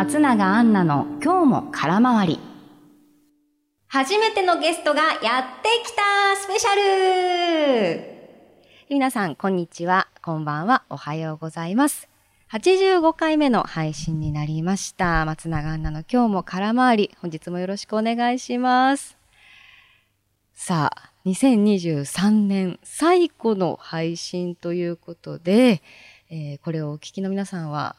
松永アンナの今日も空回り。初めてのゲストがやってきたスペシャル。皆さんこんにちは、こんばんは、おはようございます。85回目の配信になりました。松永アンナの今日も空回り、本日もよろしくお願いします。さあ、2023年最後の配信ということで、これをお聞きの皆さんは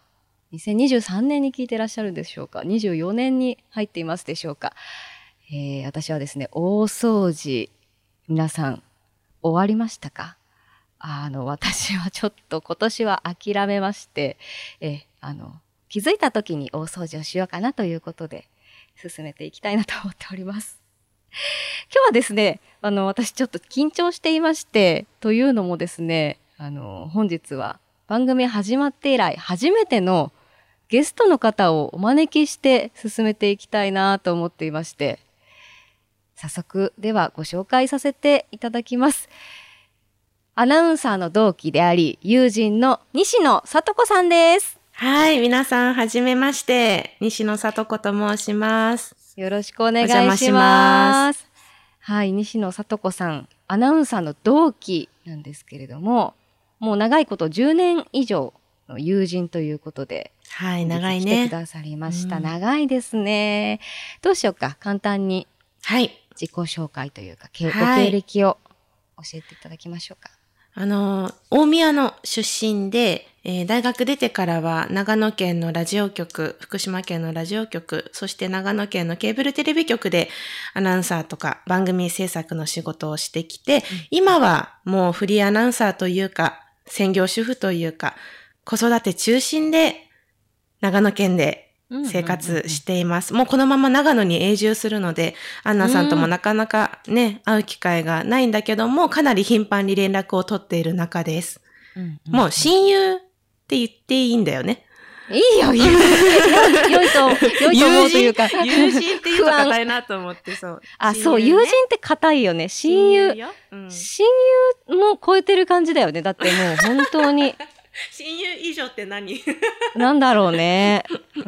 2023年に聞いてらっしゃるでしょうか、24年に入っていますでしょうか。私はですね、大掃除、皆さん終わりましたか？私はちょっと今年は諦めまして、気づいた時に大掃除をしようかなということで進めていきたいなと思っております。今日はですね、私ちょっと緊張していまして、というのもですね、本日は番組始まって以来初めてのゲストの方をお招きして進めていきたいなと思っていまして、早速ではご紹介させていただきます。アナウンサーの同期であり友人の西野聡子さんです。 はい、皆さんはじめまして、西野聡子と申します。 よろしくお願いします。はい、西野聡子さん、アナウンサーの同期なんですけれども、もう長いこと10年以上の友人ということで、 はい、長いね。 来てくださりました。長いですね。どうしようか、簡単に自己紹介というか、ご経歴を教えていただきましょうか。 大宮の出身で、大学出てからは長野県のラジオ局、福島県のラジオ局、そして長野県のケーブルテレビ局でアナウンサーとか番組制作の仕事をしてきて、今はもうフリーアナウンサーというか、専業主婦というか、子育て中心で長野県で生活しています。もうこのまま長野に永住するので、アンナさんともなかなかね、会う機会がないんだけども、かなり頻繁に連絡を取っている仲です。もう親友って言っていいんだよね。 いいよ、良いと思うというか。 友人って言うと硬いなと思ってそう。 そう、友人って硬いよね。親友も超えてる感じだよね。だってもう本当に。 親友以上って何？ なんだろうね。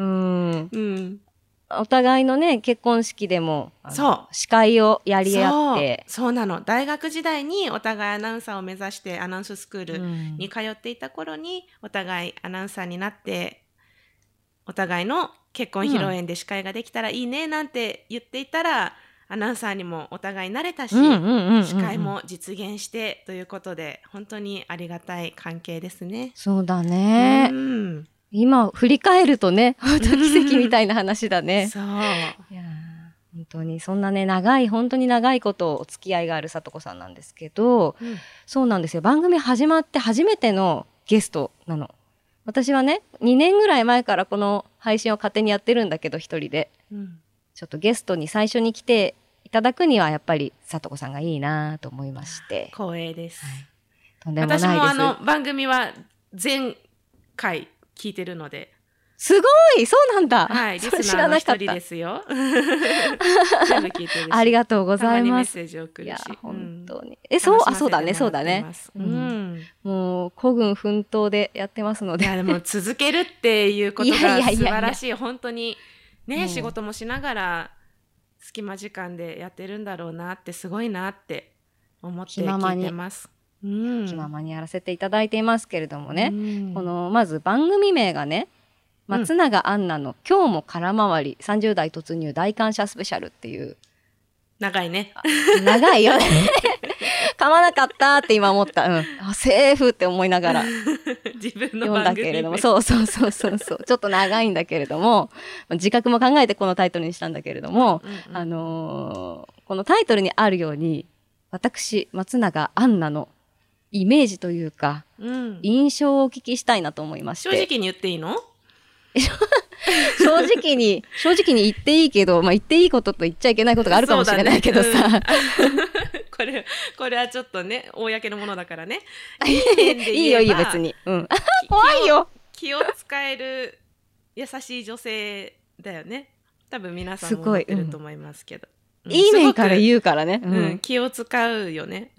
お互いのね、結婚式でも、司会をやり合って。 そうなの。大学時代にお互いアナウンサーを目指してアナウンススクールに通っていた頃に、お互いアナウンサーになって、お互いの結婚披露宴で司会ができたらいいねなんて言っていたら、アナウンサーにもお互い慣れたし、司会も実現してということで、本当にありがたい関係ですね。 そうだね。今振り返るとね、本当奇跡みたいな話だね。 そう。いや本当にそんなね、本当に長いことお付き合いがある聡子さんなんですけど、そうなんですよ。番組始まって初めてのゲストなの。私はね、2年ぐらい前からこの配信を勝手にやってるんだけど、一人で。ちょっとゲストに最初に来ていただくにはやっぱり聡子さんがいいなと思いまして。 光栄です。 とんでもないです。 私も番組は前回聞いてるので。 すごい、そうなんだ。 はい、リスナーの一人ですよ。全部聞いてるし。 ありがとうございます。たまにメッセージ送るし。いや、 本当に。そうだね。もう、孤軍奮闘でやってますので。 いや、でも続けるっていうことが素晴らしい。本当に、ね、仕事もしながら、隙間時間でやってるんだろうなって、すごいなって思って聞いてます。 気ままにやらせていただいていますけれどもね。まず番組名がね、松永アンナの今日も空回り30代突入大感謝スペシャルっていう。 長いね。 長いよね。噛まなかったって今思った。セーフって思いながら自分の読んだけれども、そうちょっと長いんだけれども、自覚も考えてこのタイトルにしたんだけれども、このタイトルにあるように、私松永アンナのイメージというか、印象をお聞きしたいなと思いまして。 正直に言っていいの？ 正直に言っていいけど、言っていいことと言っちゃいけないことがあるかもしれないけどさ。 これはちょっとね、公のものだからね。 いいよ別に。怖いよ。 気を使える優しい女性だよね。多分皆さんも思ってると思いますけど。 いい面から言うからね。 気を使うよね。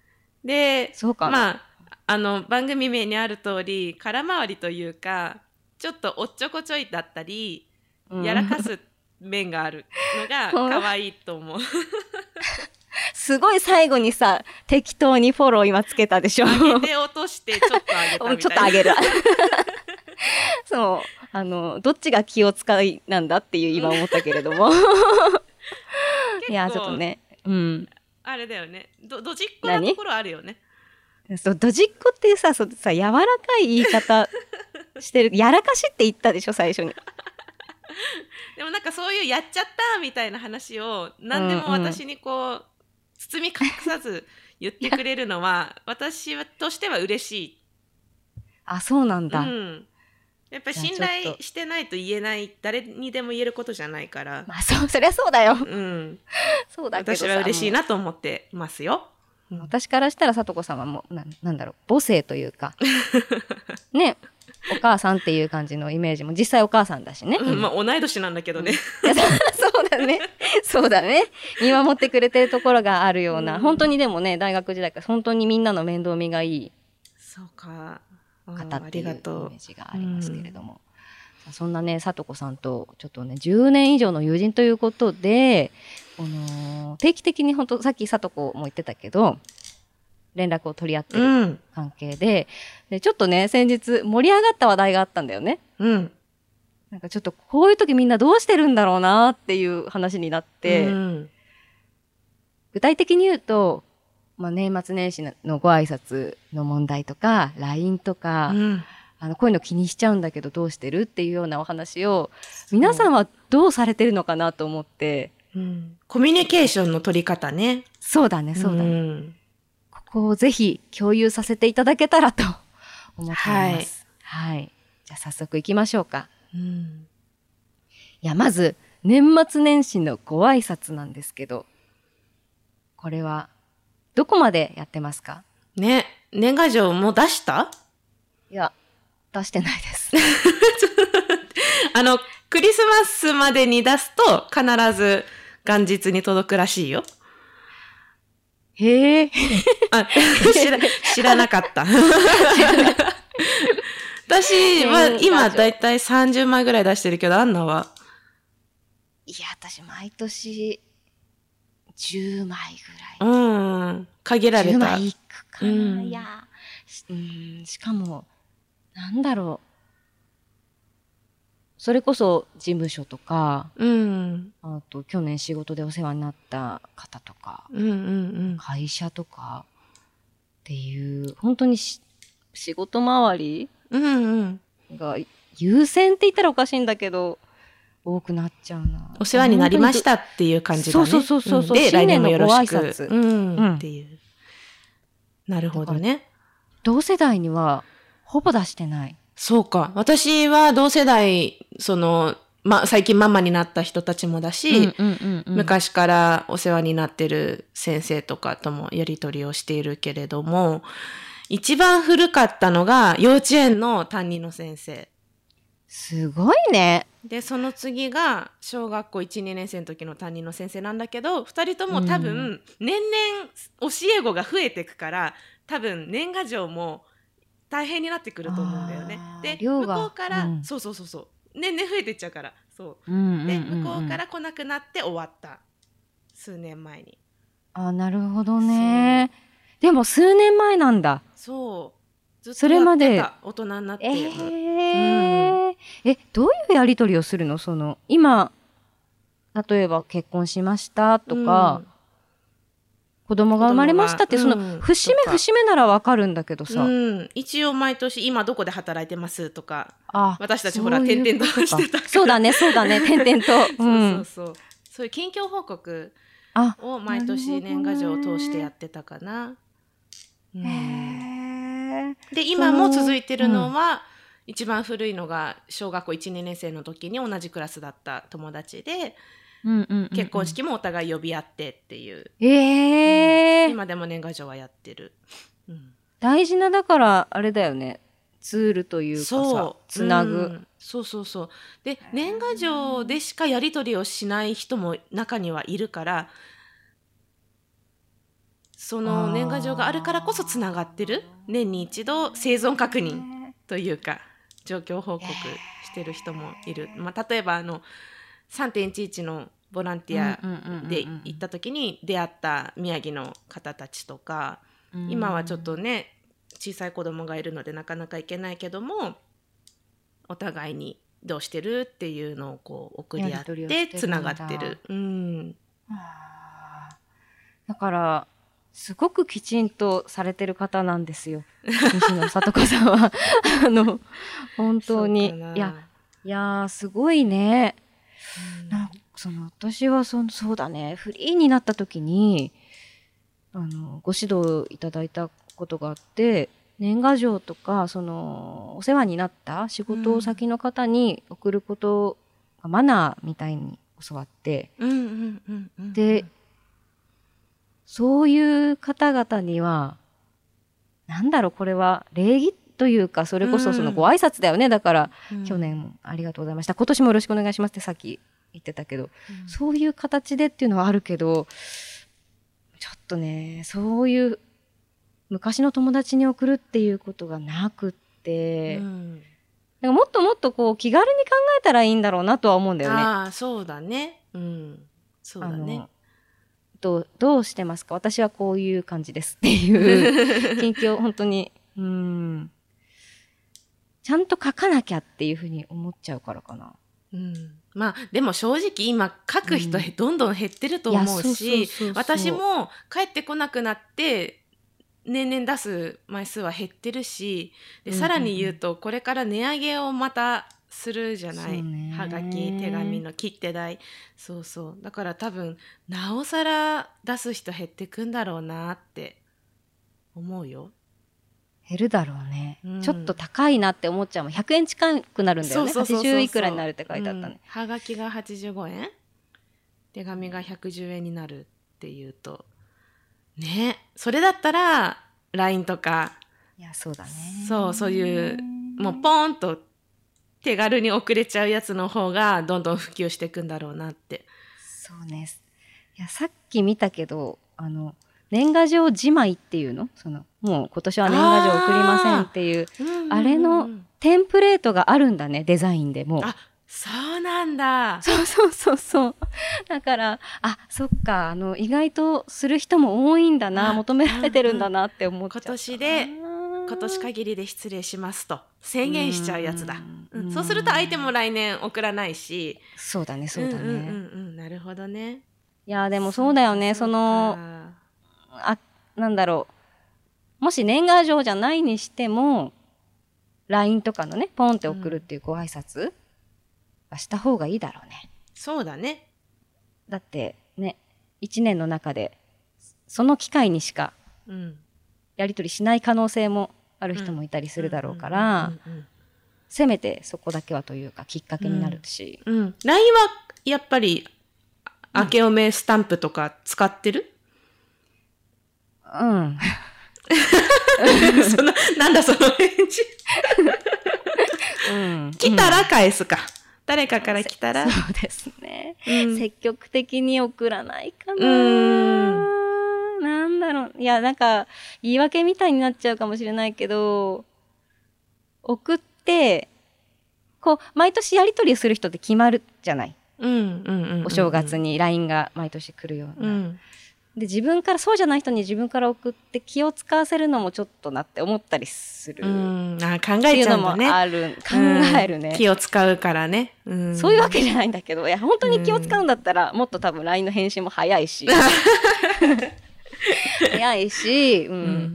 で、番組名にある通り、空回りというか、 ちょっとおっちょこちょいだったり、 うんやらかす面があるのが可愛いと思う。 すごい最後にさ、適当にフォロー今つけたでしょ。 上げて落としてちょっと上げたみたいな。 ちょっと上げる。そう。どっちが気を使いなんだっていう今思ったけれども。いや、ちょっとね。うん。 あれだよね。どじっこなところあるよね。 そう、どじっこってさ、柔らかい言い方してる。やらかしって言ったでしょ、最初に。 でもなんかそういうやっちゃったみたいな話を何でも私にこう、包み隠さず言ってくれるのは私としては嬉しい。 あ、そうなんだ。 やっぱり信頼してないと言えない、誰にでも言えることじゃないから。 まあそりゃそうだよ。 そうだけどさ、私は嬉しいなと思ってますよ。 私からしたらさとこさんはもうなんだろう、母性というかね、お母さんっていう感じのイメージも実際お母さんだしね。 まあ同い年なんだけどね。 そうだね。そうだね。見守ってくれてるところがあるような、本当にでもね、大学時代から本当にみんなの面倒見がいい方っていうイメージがありますけれども。そんなね、さとこさんとちょっとね、10年以上の友人ということで、定期的に本当さっきさとこも言ってたけど、連絡を取り合ってる関係で、でちょっとね、先日盛り上がった話題があったんだよね。なんかちょっとこういう時みんなどうしてるんだろうなっていう話になって、具体的に言うと、年末年始のご挨拶の問題とか、LINE とか、こういうの気にしちゃうんだけどどうしてるっていうようなお話を、皆さんはどうされてるのかなと思って。 コミュニケーションの取り方ね。 そうだね、そうだね。ここをぜひ共有させていただけたらと思っています。はい。じゃあ早速行きましょうか。いや、まず、年末年始のご挨拶なんですけど、これは、どこまでやってますか？ ね、年賀状もう出した？ いや、出してないです。 クリスマスまでに出すと必ず元日に届くらしいよ。 へえ。 知らなかった。私は今だいたい30枚ぐらい出してるけど、アンナは？ いや、私毎年10枚ぐらい。 限られた。 10枚いくかな。いや、しかも、なんだろう。それこそ事務所とか、あと去年仕事でお世話になった方とか、会社とかっていう、本当に仕事周りが優先って言ったらおかしいんだけど、多くなっちゃうな。 お世話になりましたっていう感じだね。 そう。 で、来年もよろしく。っていう。なるほどね。 同世代にはほぼ出してない。 そうか。私は同世代、最近ママになった人たちもだし、昔からお世話になってる先生とかともやり取りをしているけれども、一番古かったのが幼稚園の担任の先生。 すごいね。 で、その次が小学校1、2年生の時の担任の先生なんだけど、2人とも多分、年々教え子が増えていくから、多分年賀状も大変になってくると思うんだよね。で、向こうから、そう。年々増えていっちゃうから。そう。で、向こうから来なくなって終わった。数年前に。 なるほどね。でも数年前なんだ。 そう。ずっとやってた。大人になって。 どういうやり取りをするの？今、例えば結婚しましたとか、子供が生まれましたって、節目ならわかるんだけどさ。 一応毎年今どこで働いてますとか、私たちほら転々としてたから。 そうだね、転々と。 そういう近況報告を毎年年賀状を通してやってたかな。で、今も続いてるのは、一番古いのが小学校1、2年生の時に同じクラスだった友達で、結婚式もお互い呼び合ってっていう。今でも年賀状はやってる。 大事な、だからあれだよね。ツールというかさ、つなぐ。 そう。で、年賀状でしかやり取りをしない人も中にはいるから、その年賀状があるからこそつながってる。年に一度生存確認というか、っ状況報告してる人もいる。まあ、例えば3.11 のボランティアで行った時に出会った宮城の方たちとか、今はちょっとね小さい子供がいるのでなかなか行けないけども、お互いにどうしてるっていうのをこう送り合ってつながってる。 だからすごくきちんとされてる方なんですよ、西野さと子さんは。本当にいやすごいね。私はそうだね、フリーになった時にご指導いただいたことがあって、年賀状とかお世話になった仕事先の方に送ることがマナーみたいに教わって、でそういう方々にはなんだろう、これは礼儀というか、それこそご挨拶だよね。だから、去年もありがとうございました、今年もよろしくお願いしますってさっき言ってたけど、そういう形でっていうのはあるけど、ちょっとね、そういう昔の友達に送るっていうことがなくって、なんかもっともっとこう気軽に考えたらいいんだろうなとは思うんだよね。 そうだね。そうだね。 どうしてますか、私はこういう感じですっていう近況本当にちゃんと書かなきゃっていうふうに思っちゃうからかな。 まあでも正直今書く人どんどん減ってると思うし、私も帰ってこなくなって年々出す枚数は減ってるし、でさらに言うとこれから値上げをまたするじゃない、はがき手紙の切手代。そうだから多分なおさら出す人減ってくんだろうなって思うよ。 減るだろうね、ちょっと高いなって思っちゃうもん。100円近くなるんだよね。80いくらになるって書いてあったね。 はがきが85円手紙が110円になるっていうとね、それだったら LINE とか、 いやそうだね、 そういうもうポーンと手軽に送れちゃうやつの方がどんどん普及していくんだろうなって。 そうね。いやさっき見たけど年賀状じまいっていうの、もう今年は年賀状送りませんっていう、あれのテンプレートがあるんだね、デザインでも。 そうなんだ。 そうだからそっか、意外とする人も多いんだな、求められてるんだなって思っちゃった。 今年限りで失礼しますと宣言しちゃうやつだ。そうすると相手も来年送らないし。 そうだねなるほどね。 いやでもそうだよね。なんだろう、もし年賀状じゃないにしても LINE とかのねポンって送るっていうご挨拶はした方がいいだろうね。 そうだね。 だってね、1年の中でその機会にしかやり取りしない可能性もある人もいたりするだろうから、せめてそこだけはというかきっかけになるし、 LINE はやっぱり明けおめスタンプとか使ってる？なんだその返事来たら返すか、誰かから来たら。 そうですね、積極的に送らないかな。なんだろう、いやなんか言い訳みたいになっちゃうかもしれないけど、送ってこう毎年やり取りする人って決まるじゃない。お正月に LINE が毎年来るような、で自分からそうじゃない人に自分から送って気を使わせるのもちょっとなって思ったりする。 考えちゃうんだね。 考えるね。 気を使うからね。 そういうわけじゃないんだけど、いや本当に気を使うんだったら、もっと多分 LINE の返信も早いし早いし、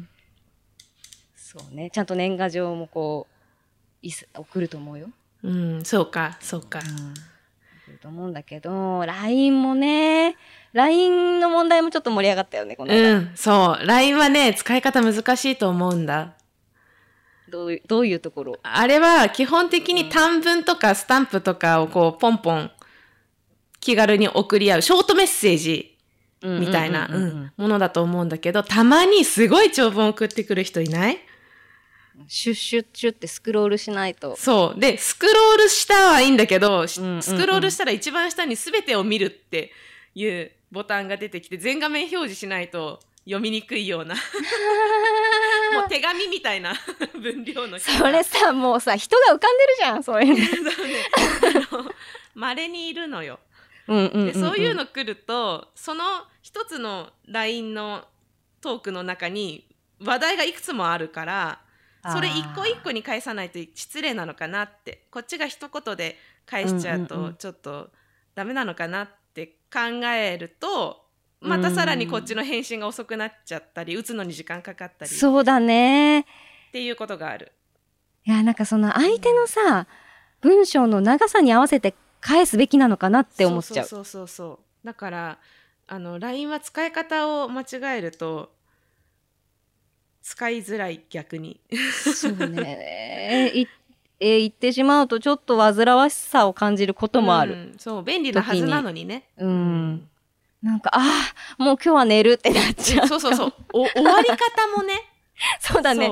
そうね、ちゃんと年賀状もこう送ると思うよ。 そうか。 送ると思うんだけど、LINE もね、LINE の問題もちょっと盛り上がったよね、この間。 そう。LINE はね、使い方難しいと思うんだ。 どういうところ？ あれは基本的に短文とかスタンプとかをこうポンポン気軽に送り合うショートメッセージみたいなものだと思うんだけど、たまにすごい長文送ってくる人いない？ シュッシュッシュッってスクロールしないと。 そう。で、スクロールしたはいいんだけど、スクロールしたら一番下に全てを見るっていうボタンが出てきて、全画面表示しないと読みにくいようなもう手紙みたいな分量のそれさ、もうさ、人が浮かんでるじゃん、そういうの。 稀にいるのよ。 でそういうの来ると、その一つの LINE のトークの中に話題がいくつもあるから、それ一個一個に返さないと失礼なのかなって、こっちが一言で返しちゃうとちょっとダメなのかなって考えると、またさらにこっちの返信が遅くなっちゃったり、打つのに時間かかったり、 そうだねっていうことがある。 いや、なんかその相手のさ、文章の長さに合わせて返すべきなのかなって思っちゃう。 そうだからLINE は使い方を間違えると使いづらい、逆に。 そうね言ってしまうとちょっと煩わしさを感じることもある。 そう便利なはずなのにね。 なんかもう今日は寝るってなっちゃう。 そう終わり方もねそうだね。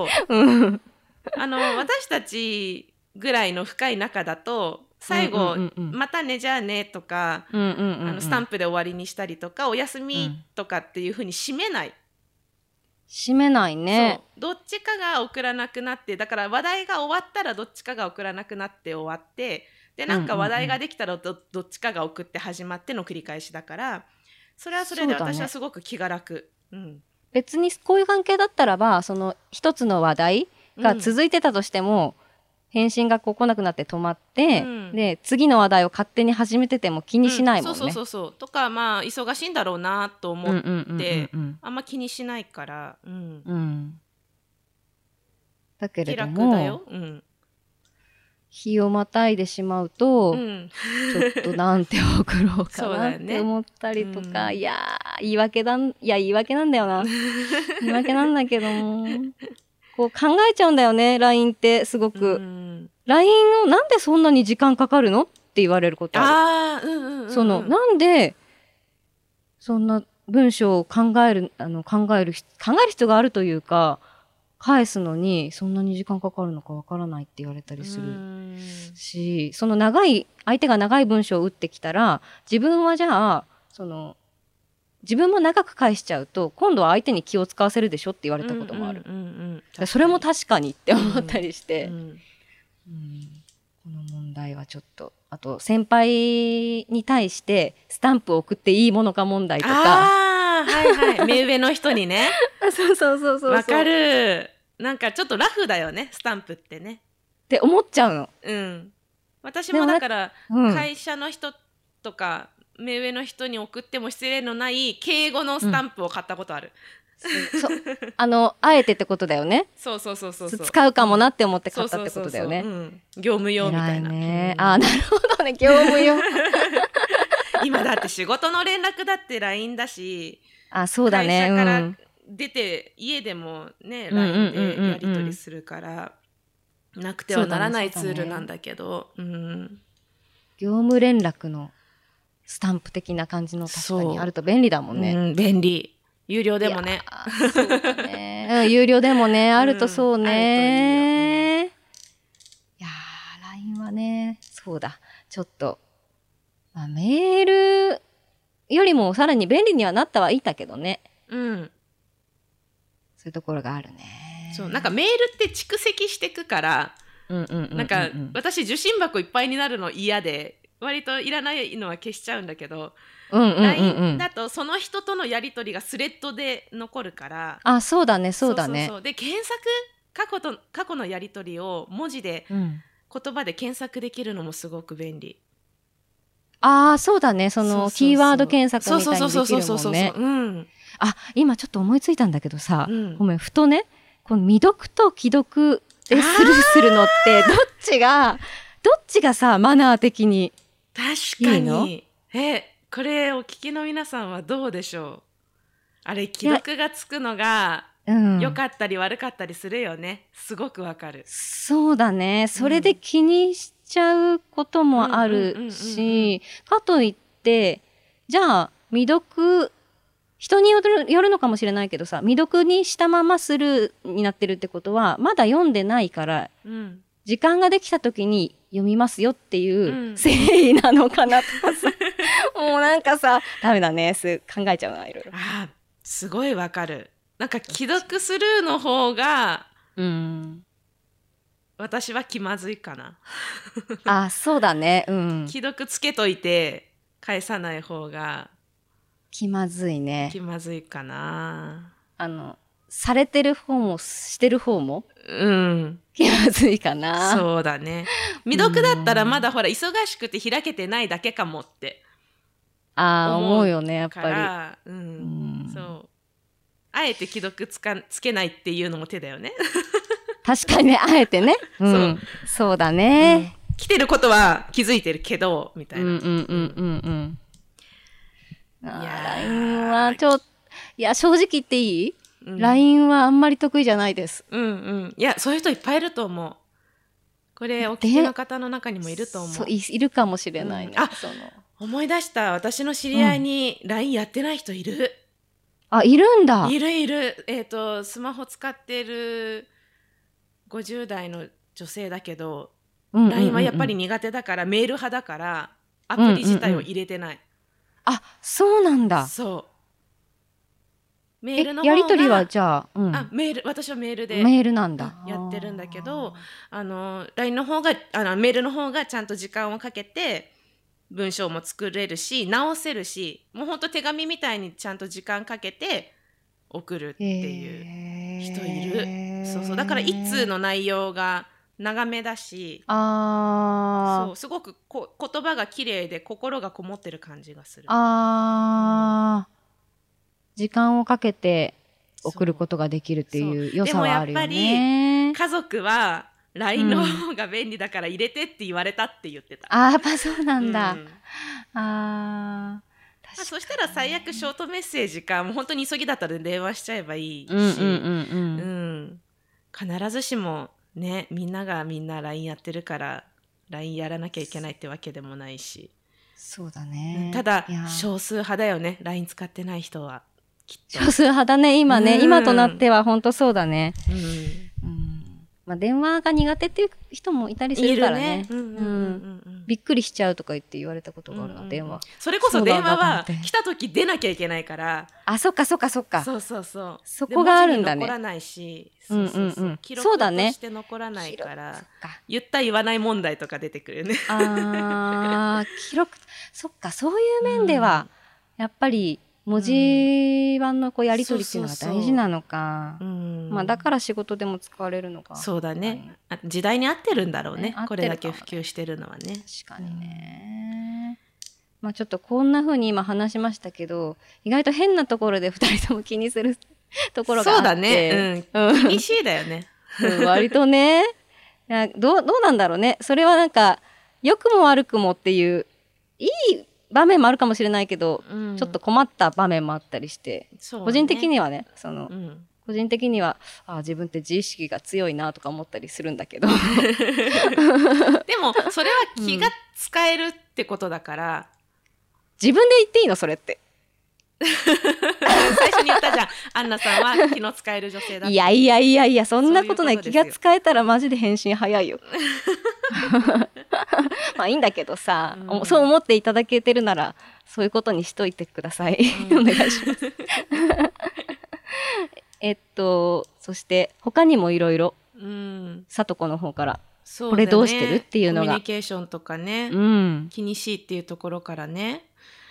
私たちぐらいの深い仲だと最後、またねじゃあねとか、スタンプで終わりにしたりとか、おやすみとかっていう風に締めない。 締めないね。 そう、どっちかが送らなくなって、だから話題が終わったらどっちかが送らなくなって終わって、でなんか話題ができたらどっちかが送って始まっての繰り返しだから、それはそれで私はすごく気が楽。 別にこういう関係だったらば、その一つの話題が続いてたとしても、返信がこう来なくなって止まって、で次の話題を勝手に始めてても気にしないもんね。 そうとか、まあ忙しいんだろうなと思ってあんま気にしないから、 だけれども気楽だよ、 日をまたいでしまうと、ちょっとなんて送ろうかなって思ったりとか、いや言い訳なんだよな言い訳なんだけどもこう考えちゃうんだよね、 LINE ってすごく。LINE をなんでそんなに時間かかるのって言われることある。なんでそんな文章を考える必要があるというか、返すのにそんなに時間かかるのかわからないって言われたりするし、その相手が長い文章を打ってきたら、自分はじゃあ自分も長く返しちゃうと今度は相手に気を使わせるでしょって言われたこともある。それも確かにって思ったりして、この問題はちょっと、あと先輩に対してスタンプを送っていいものか問題とか、 目上の人にねそうわかる。なんかちょっとラフだよね、スタンプってねって思っちゃうの。 私もだから会社の人とか目上の人に送っても失礼のない敬語のスタンプを買ったことある。 あえてってことだよね。 そう使うかもなって思って買ったってことだよね。 業務用みたいな。 なるほどね、業務用。 今だって仕事の連絡だって LINE だし、 そうだね、 会社から出て、家でもね LINE でやり取りするから、なくてはならないツールなんだけど、 業務連絡のスタンプ的な感じの確かにあると便利だもんね。 便利。有料でもね。 そうだね。有料でもね、あるとそうね。いやー、LINE はね、そうだ。ちょっと、メールよりもさらに便利にはなったはいいんだけどね。そういうところがあるね。 そう、なんかメールって蓄積していくから、なんか私受信箱いっぱいになるの嫌で、割といらないのは消しちゃうんだけど、LINE だとその人とのやり取りがスレッドで残るから。 そうだね。 で検索、過去のやり取りを文字で、言葉で検索できるのもすごく便利。 そうだね。そのキーワード検索みたいにできるもんね。今ちょっと思いついたんだけどさ、ごめん、ふとね、この未読と既読でスルーするのってどっちがさ、マナー的に確かに。これお聞きの皆さんはどうでしょう。あれ、既読がつくのが良かったり悪かったりするよね。すごくわかる。 そうだね。それで気にしちゃうこともあるし、かといってじゃあ未読、人によるのかもしれないけどさ、未読にしたままスルーになってるってことはまだ読んでないから、時間ができた時に読みますよっていう誠意なのかなとかさ、もうなんかさ、ダメだね、考えちゃうな、いろいろ。 すごいわかる。なんか既読スルーの方が、私は気まずいかな。 あ、そうだね。 既読つけといて返さない方が気まずいね。 気まずいかな。 されてる方もしてる方も気まずいかな。 そうだね。未読だったらまだほら忙しくて開けてないだけかもって思うよね、やっぱり。そう。あえて既読つけないっていうのも手だよね。 確かにね、あえてね。そうだね。 来てることは気づいてるけど、みたいな。 LINE はいや、正直言っていい？LINE はあんまり得意じゃないです。 いや、そういう人いっぱいいると思う。これ、お聞きの方の中にもいると思う。 そう、いるかもしれないね。 思い出した。私の知り合いに LINE やってない人いる。 いるんだ。 いる。スマホ使ってる50代の女性だけど、LINE はやっぱり苦手だから、メール派だから、アプリ自体を入れてない。 そうなんだ。 そう。メールの方がやり取りはじゃあ、 私はメールでメールなんだ、 やってるんだけど、LINE の方がメールの方がちゃんと時間をかけて文章も作れるし直せるし、もうほんと手紙みたいにちゃんと時間かけて送るっていう人いる。そうだから一通の内容が長めだし、そうすごく言葉が綺麗で心がこもってる感じがする。 時間をかけて送ることができるっていう良さはあるよね。 でもやっぱり家族は LINE の方が便利だから入れてって言われたって言ってた。 やっぱそうなんだ。 そしたら最悪ショートメッセージか、もう本当に急ぎだったら電話しちゃえばいいし、必ずしもね、みんながみんな LINE やってるから LINE やらなきゃいけないってわけでもないし。 そうだね。 ただ少数派だよね、 LINE 使ってない人は。 少数派だね、今ね、今となっては本当そうだね。電話が苦手っていう人もいたりするからね。びっくりしちゃうとか言われたことがあるな、電話。 それこそ電話は来た時出なきゃいけないから。 そっか。そこがあるんだね。 残らないし、記そうだね。 録として残らないから、言った言わない問題とか出てくるよね。 記録、そっか、そういう面ではやっぱり文字盤のやり取りっていうのが大事なのか。だから仕事でも使われるのか。 そうだね。時代に合ってるんだろうね。これだけ普及してるのはね。 確かにね。ちょっとこんな風に今話しましたけど、意外と変なところで2人とも気にするところがあって。 そうだね。気にしいだよね。 割とね。どうなんだろうね。それはなんか良くも悪くもっていういい場面もあるかもしれないけど、ちょっと困った場面もあったりして、個人的にはね、個人的には自分って自意識が強いなとか思ったりするんだけど。でもそれは気が使えるってことだから、 自分で言っていいのそれって。 最初に言ったじゃん、アンナさんは気の使える女性だって。 いやそんなことない。気が使えたらマジで返信早いよ。いいんだけどさ、そう思っていただけてるならそういうことにしといてください。お願いします。そして他にもいろいろさとこの方から、これどうしてるっていうのが、 コミュニケーションとかね、気にしいっていうところからね、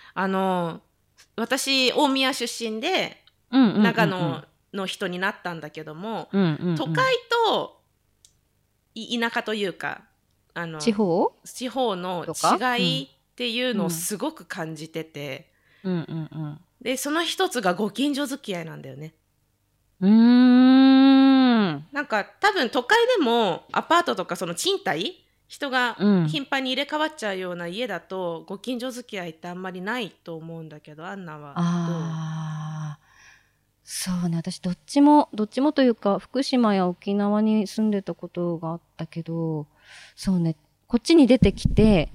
私大宮出身で長野の人になったんだけども、都会と田舎というか地方の違いっていうのをすごく感じてて、でその一つがご近所付き合いなんだよね。なんか多分都会でもアパートとかその賃貸、人が頻繁に入れ替わっちゃうような家だと、ご近所付き合いってあんまりないと思うんだけど、アンナはどう？ そうね、私どっちもというか、福島や沖縄に住んでたことがあったけど、そうね、こっちに出てきて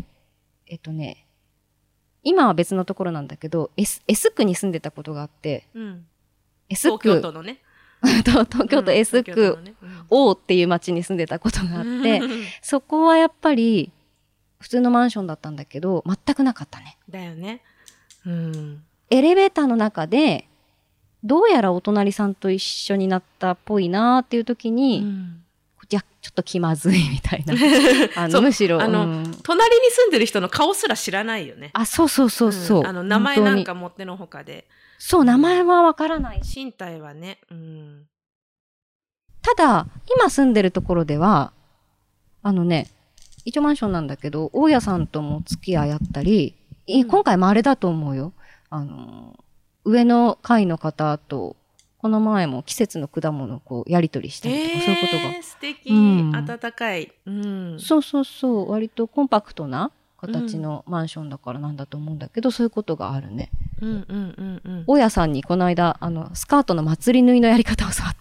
今は別のところなんだけど、S 区に住んでたことがあって、S 区、 東京都のね、 東京都 S 区 O っていう町に住んでたことがあって、そこはやっぱり普通のマンションだったんだけど全くなかったね。 だよね。 エレベーターの中でどうやらお隣さんと一緒になったっぽいなっていう時に、いや、ちょっと気まずいみたいな。むしろ、 隣に住んでる人の顔すら知らないよね。 そうそうそうそう。 名前なんかもってのほかで。 そう、名前はわからない。 身体はね。 ただ、今住んでるところでは、一応マンションなんだけど、大家さんとも付き合いあったり、今回もあれだと思うよ。上の階の方と、この前も季節の果物をこうやり取りしたりとか、そういうことが。 素敵、温かい。 そうそうそう、割とコンパクトな形のマンションだからなんだと思うんだけど、そういうことがあるね。大家さんにこの間、スカートの祭り縫いのやり方を教わった。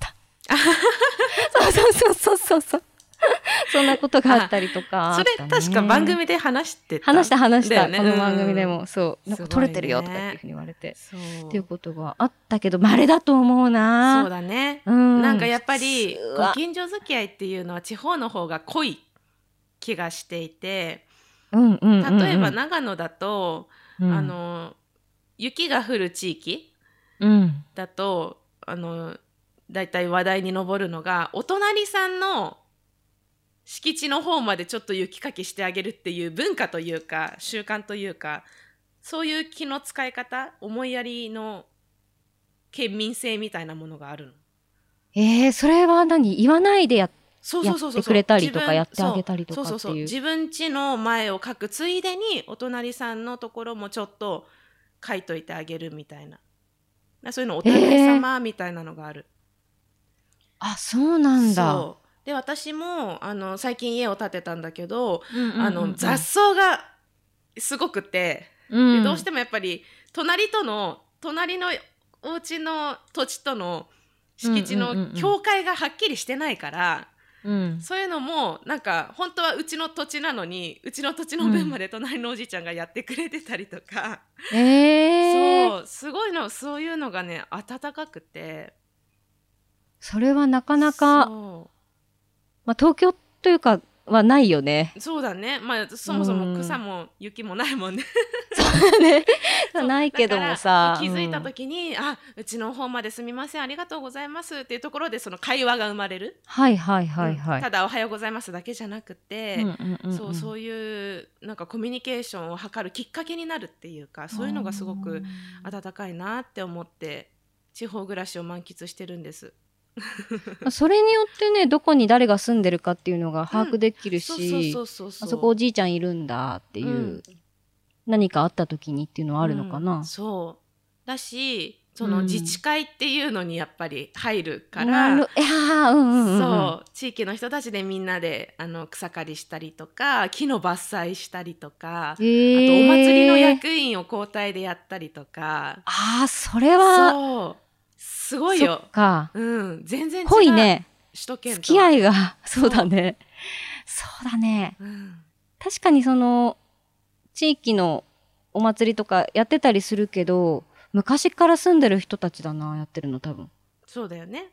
そう。そんなことがあったりとか、 それ確か番組で話した。 この番組でも、そう。なんか取れてるよとかっていうふうに言われて。っていうことがあったけど、稀だと思うな。 そうだね。なんかやっぱり、ご近所付き合いっていうのは地方の方が濃い気がしていて、例えば長野だと、雪が降る地域だと、だいたい話題に上るのが、お隣さんの敷地の方までちょっと雪かきしてあげるっていう文化というか習慣というか、そういう気の使い方、思いやりの県民性みたいなものがあるの。 それは言わないでやってくれたりとかやってあげたりとかっていう。 自分家の前を書くついでにお隣さんのところもちょっと書いといてあげるみたいな、そういうのお互い様みたいなのがある。 そうなんだ。 そうで、私も最近家を建てたんだけど、雑草がすごくて、でどうしてもやっぱり隣のお家の土地との敷地の境界がはっきりしてないから、そういうのもなんか本当はうちの土地なのに、うちの土地の分まで隣のおじいちゃんがやってくれてたりとか、そうすごいの、そういうのがね温かくて、 それはなかなか東京というかはないよね。 そうだね。そもそも草も雪もないもんね。 そうだね。ないけどもさ。 気づいた時に、うちの方まですみません、ありがとうございますっていうところでその会話が生まれる。ただおはようございますだけじゃなくて、そういうなんかコミュニケーションを図るきっかけになるっていうか、そういうのがすごく温かいなって思って地方暮らしを満喫してるんです。 それによってね、どこに誰が住んでるかっていうのが把握できるし、あそこおじいちゃんいるんだっていう、何かあった時にっていうのはあるのかな。 そうだし、その自治会っていうのにやっぱり入るから、そう地域の人たちでみんなで草刈りしたりとか、木の伐採したりとか、あとお祭りの役員を交代でやったりとか。 それはすごいよ。 そっか。 全然違う。 ぽいね。 首都圏と。 付き合いが、そうだね。そうだね。確かにその、地域のお祭りとかやってたりするけど、昔から住んでる人たちだな、やってるの多分。 そうだよね。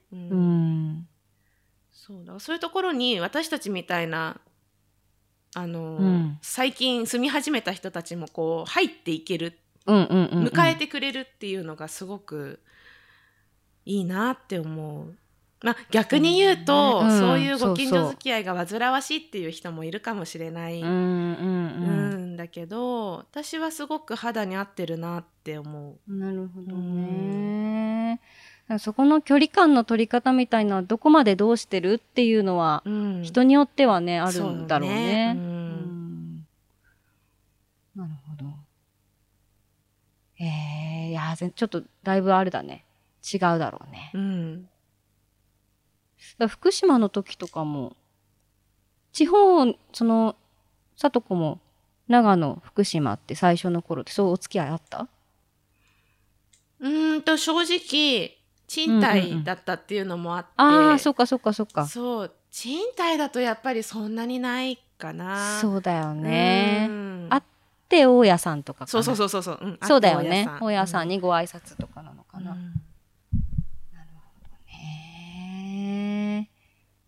そういうところに私たちみたいな、最近住み始めた人たちもこう入っていける、迎えてくれるっていうのがすごくいいなって思う。逆に言うと、そういうご近所付き合いが煩わしいっていう人もいるかもしれないんだけど、私はすごく肌に合ってるなって思う。 なるほどね。そこの距離感の取り方みたいな、どこまでどうしてるっていうのは、人によってはね、あるんだろうね。なるほど。いや、ちょっとだいぶあれだね。違うだろうね。福島の時とかも、地方、さとこも長野、福島って最初の頃ってそうお付き合いあった？ 正直、賃貸だったっていうのもあって。 そっか。そう、 賃貸だとやっぱりそんなにないかな。 そうだよね。あって大家さんとかかな。 そう。 そうだよね。大家さんにご挨拶とかなのかな。なるほどね。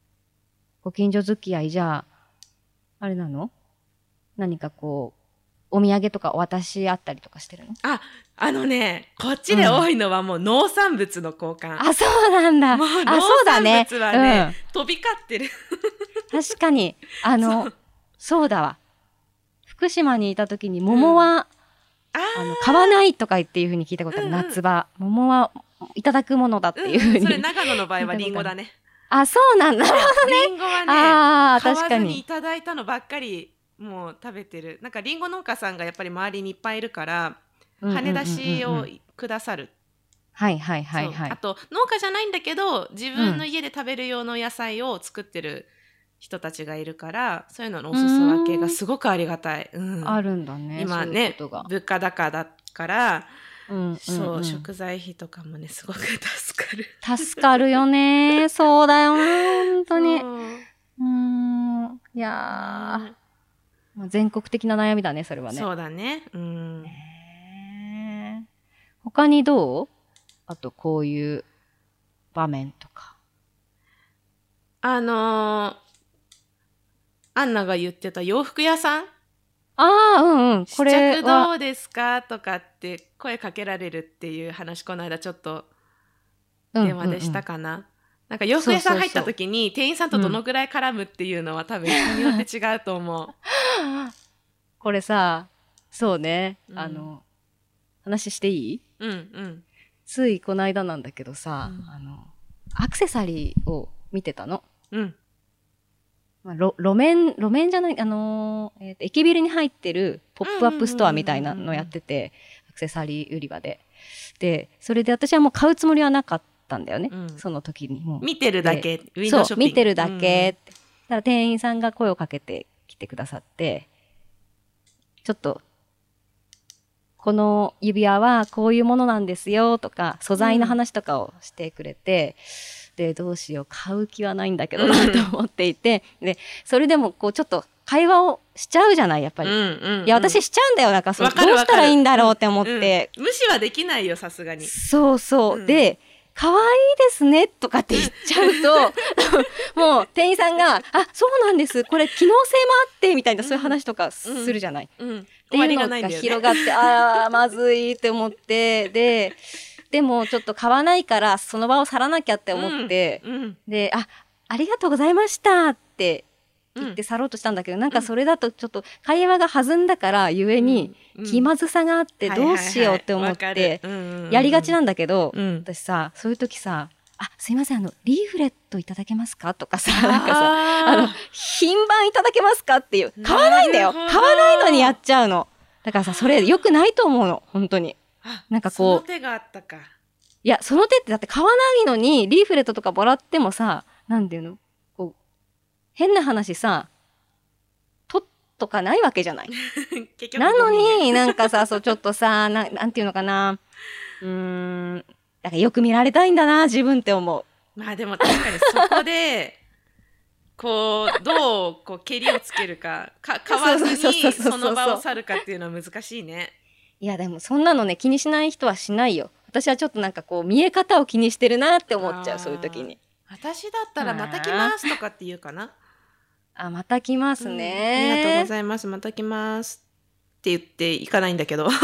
ご近所付き合いじゃあ、あれなの？何かこう、 お土産とかお渡しあったりとかしてるの？ こっちで多いのはもう農産物の交換。 あ、そうなんだ。 もうそう農産だね。 物はね、飛び交ってる。 確かに、そうだわ。福島にいた時に桃は、買わないとかっていうふうに聞いたことある。夏場。桃はいただくものだっていうふうに。 それ長野の場合はリンゴだね。 あ、そうなんだ。 リンゴはね、買確かにわずにいただいたのばっかりもう食べてる。なんかリンゴ農家さんがやっぱり周りにいっぱいいるから、種出しをくださる。 はいはいはいはい。 あと農家じゃないんだけど自分の家で食べる用の野菜を作ってる人たちがいるから、そういうののお裾分けがすごくありがたい。 あるんだね。 今ね、物価高だから、食材費とかもねすごく助かる。 助かるよね。そうだよね、本当に。いやー、全国的な悩みだね、それはね。 そうだね。 他にどう？あとこういう場面とか。 アンナが言ってた洋服屋さん？ これ試着どうですかとかって声かけられるっていう話、この間ちょっと電話でしたかな。なんか洋服屋さん入った時に店員さんとどのぐらい絡むっていうのは多分人によって違うと思う。 これさ、そうね、話していい？ついこの間なんだけどさ、アクセサリーを見てたの。路面じゃない、駅ビルに入ってるポップアップストアみたいなのやってて、アクセサリー売り場で。で、それで私はもう買うつもりはなかったんだよね。その時にもう。 見てるだけ、ウィンドウショッピング。 そう、見てるだけって。だから店員さんが声をかけてきてくださって、ちょっと、この指輪はこういうものなんですよとか、素材の話とかをしてくれて、で、どうしよう、買う気はないんだけどなと思っていて、で、それでもこうちょっと会話をしちゃうじゃない、やっぱり。いや、私しちゃうんだよ、なんかどうしたらいいんだろうって思って。 無視はできないよ、さすがに。 そうそう。で、可愛いですねとかって言っちゃうと、もう店員さんが、あ、そうなんです、これ機能性もあって、みたいなそういう話とかするじゃない。っていうのが広がって、あー、まずいって思って、でもちょっと買わないからその場を去らなきゃって思って、で、ありがとうございましたって言って去ろうとしたんだけど、なんかそれだとちょっと会話が弾んだからゆえに気まずさがあってどうしようって思ってやりがちなんだけど、私さ、そういう時さ、すいません、リーフレットいただけますかとかさ、なんかさ、品番いただけますかっていう、買わないんだよ。買わないのにやっちゃうの。だからさ、それ良くないと思うの、本当に。なんかこう。その手があったか。 いや、その手ってだって買わないのに、リーフレットとかもらってもさ、なんていうの？こう、変な話さ、取っとかないわけじゃない。結局なのに、なんかさ、ちょっとさ、なんていうのかな。だからよく見られたいんだな、自分って思う。 まあでも確かにそこで、どう、蹴りをつけるか、買わずにその場を去るかっていうのは難しいね。 いやでもそんなのね、気にしない人はしないよ。私はちょっとなんかこう見え方を気にしてるなって思っちゃう、そういう時に。 私だったらまた来ますとかって言うかな。 また来ますね、 ありがとうございます、また来ますって言って行かないんだけど。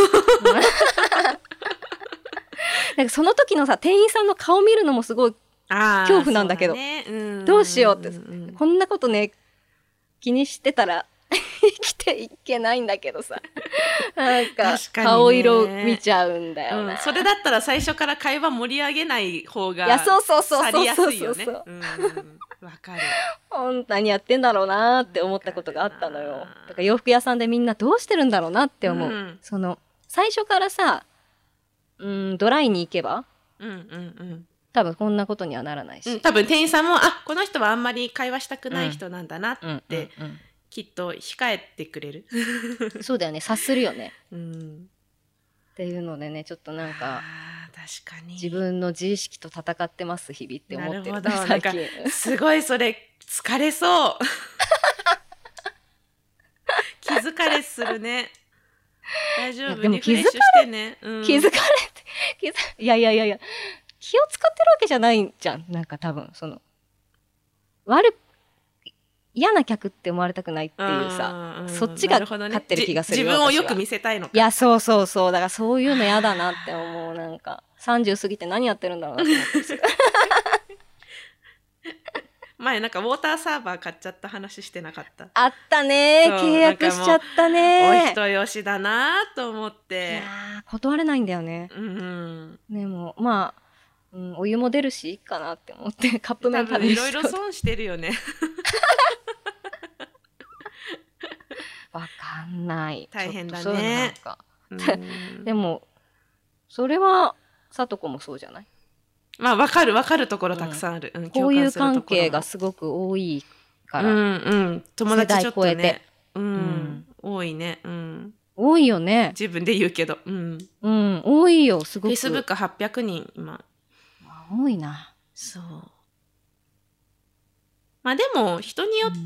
なんかその時のさ、店員さんの顔見るのもすごい恐怖なんだけど、どうしようって、こんなことね気にしてたら生きていけないんだけどさ、なんか顔色見ちゃうんだよな、 それだったら最初から会話盛り上げない方が去りやすいよね。わかる。 本当にやってんだろうなって思ったことがあったのよ。だから洋服屋さんでみんなどうしてるんだろうなって思う。最初からさ、ドライに行けば、多分こんなことにはならないし、 多分店員さんもこの人はあんまり会話したくない人なんだなってきっと控えてくれる。 そうだよね、察するよね。っていうのでね、ちょっとなんか確かに自分の自意識と戦ってます日々って思ってる。 なるほど、なんかすごいそれ疲れそう。気疲れするね。大丈夫、リフレッシュしてね。 気づかれて、いや、気を使ってるわけじゃないじゃん。なんか多分、 嫌な客って思われたくないっていうさ、そっちが勝ってる気がするよ、 自分をよく見せたいのか。 いや、そうそうそう。だからそういうの嫌だなって思う。なんか、30過ぎて何やってるんだろうなって思って前なんかウォーターサーバー買っちゃった話してなかった？ あったね。契約しちゃったね。 お人よしだなと思って。 いや断れないんだよね。でも、まあ、お湯も出るしいいかなって思ってカップ麺食べる人。 いろいろ損してるよね。 わかんない。 大変だね。 でも、それは、さとこもそうじゃない？ まあ、わかるところたくさんある。 こういう関係がすごく多いから。 友達ちょっとね。多いね。 多いよね。 自分で言うけど。 多いよ、すごく。 Facebook800 人、今。 多いな。 そう。まあでも、人によって、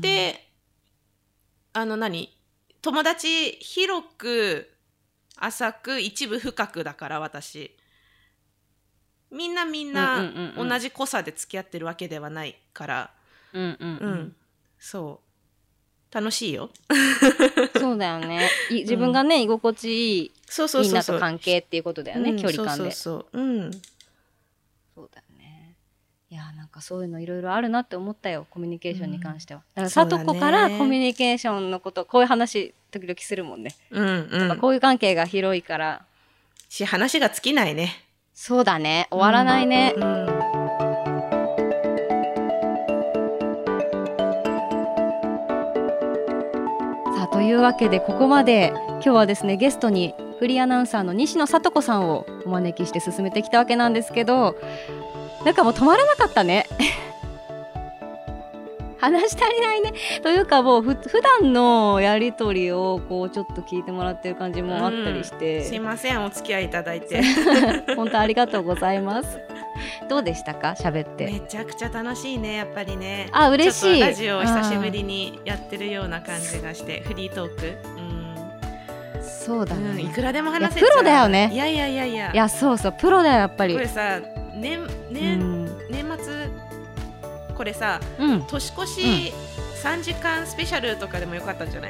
友達広く、浅く、一部深くだから、私。みんな同じ濃さで付き合ってるわけではないから、そう楽しいよ。そうだよね。自分がね、居心地いいみんなと関係っていうことだよね、距離感で。そうだよね。いや、なんかそういうのいろいろあるなって思ったよ、コミュニケーションに関しては。だからさとこからコミュニケーションのこと、こういう話時々するもんね。こういう関係が広いから話が尽きないね。 そうだね。終わらないね。さあ、というわけで、ここまで今日はですね、ゲストにフリーアナウンサーの西野さと子さんをお招きして進めてきたわけなんですけど、なんかもう止まらなかったね。話足りないね。というかもう普段のやりとりをこうちょっと聞いてもらってる感じもあったりして、 すいません、お付き合いいただいて本当ありがとうございます。どうでしたか、喋って。 めちゃくちゃ楽しいね、やっぱりね。 嬉しい。 ラジオを久しぶりにやってるような感じがして、フリートーク。 そうだね、 いくらでも話せちゃう。 プロだよね。 いや、そうそう、プロだよ、やっぱり。 これさ、年末これさ、年越し3時間スペシャルとかでもよかったんじゃない？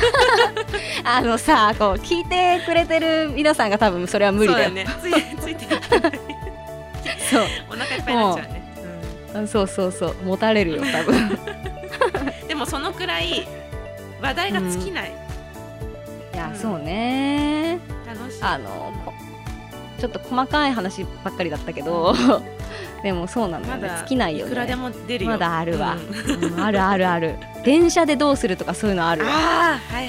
さ、こう聞いてくれてる皆さんが多分それは無理だよね。 ついていけない。そう、お腹いっぱいになっちゃうね。 そう持たれるよ多分。 でもそのくらい話題が尽きない。 いや、そうね。 楽しい。 ちょっと細かい話ばっかりだったけど。でもそうなのよね、尽きないよね。 いくらでも出るよ。 まだあるわ。ある。電車でどうするとかそういうのあるわ。 はい。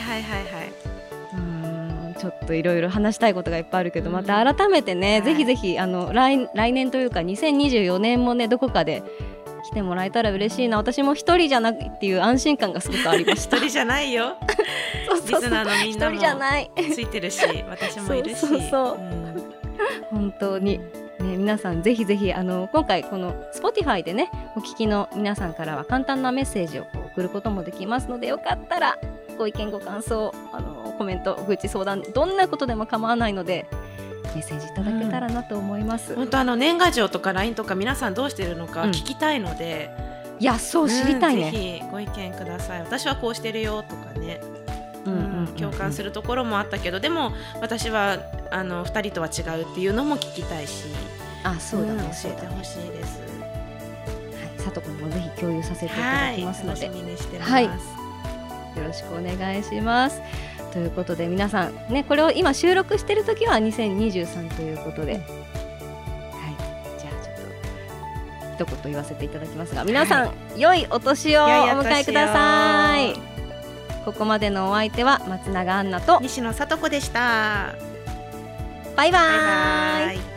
ちょっといろいろ話したいことがいっぱいあるけど、また改めてね、ぜひぜひ来年というか2024年もね、どこかで来てもらえたら嬉しいな。私も一人じゃなくっていう安心感がすごくありました。 一人じゃないよ。リスナーのみんなもついてるし、私もいるし。 本当に。皆さんぜひぜひ今回この Spotify でねお聞きの皆さんからは簡単なメッセージを送ることもできますので、よかったらご意見ご感想コメント愚痴相談どんなことでも構わないのでメッセージいただけたらなと思います。 本当年賀状とか LINE とか皆さんどうしてるのか聞きたいので、 いやそう知りたいね。 ぜひご意見ください。私はこうしてるよとかね、共感するところもあったけど、でも私は2人とは違うっていうのも聞きたいし、 そうだね、 教えてほしいです。 さとこにもぜひ共有させていただきますので、 楽しみにしてます。 よろしくお願いします。ということで皆さんね、これを今収録している時は2023ということで、じゃあちょっと一言言わせていただきますが、皆さん、良いお年をお迎えください。ここまでのお相手は松永杏奈と西野さと子でした。 バイバーイ。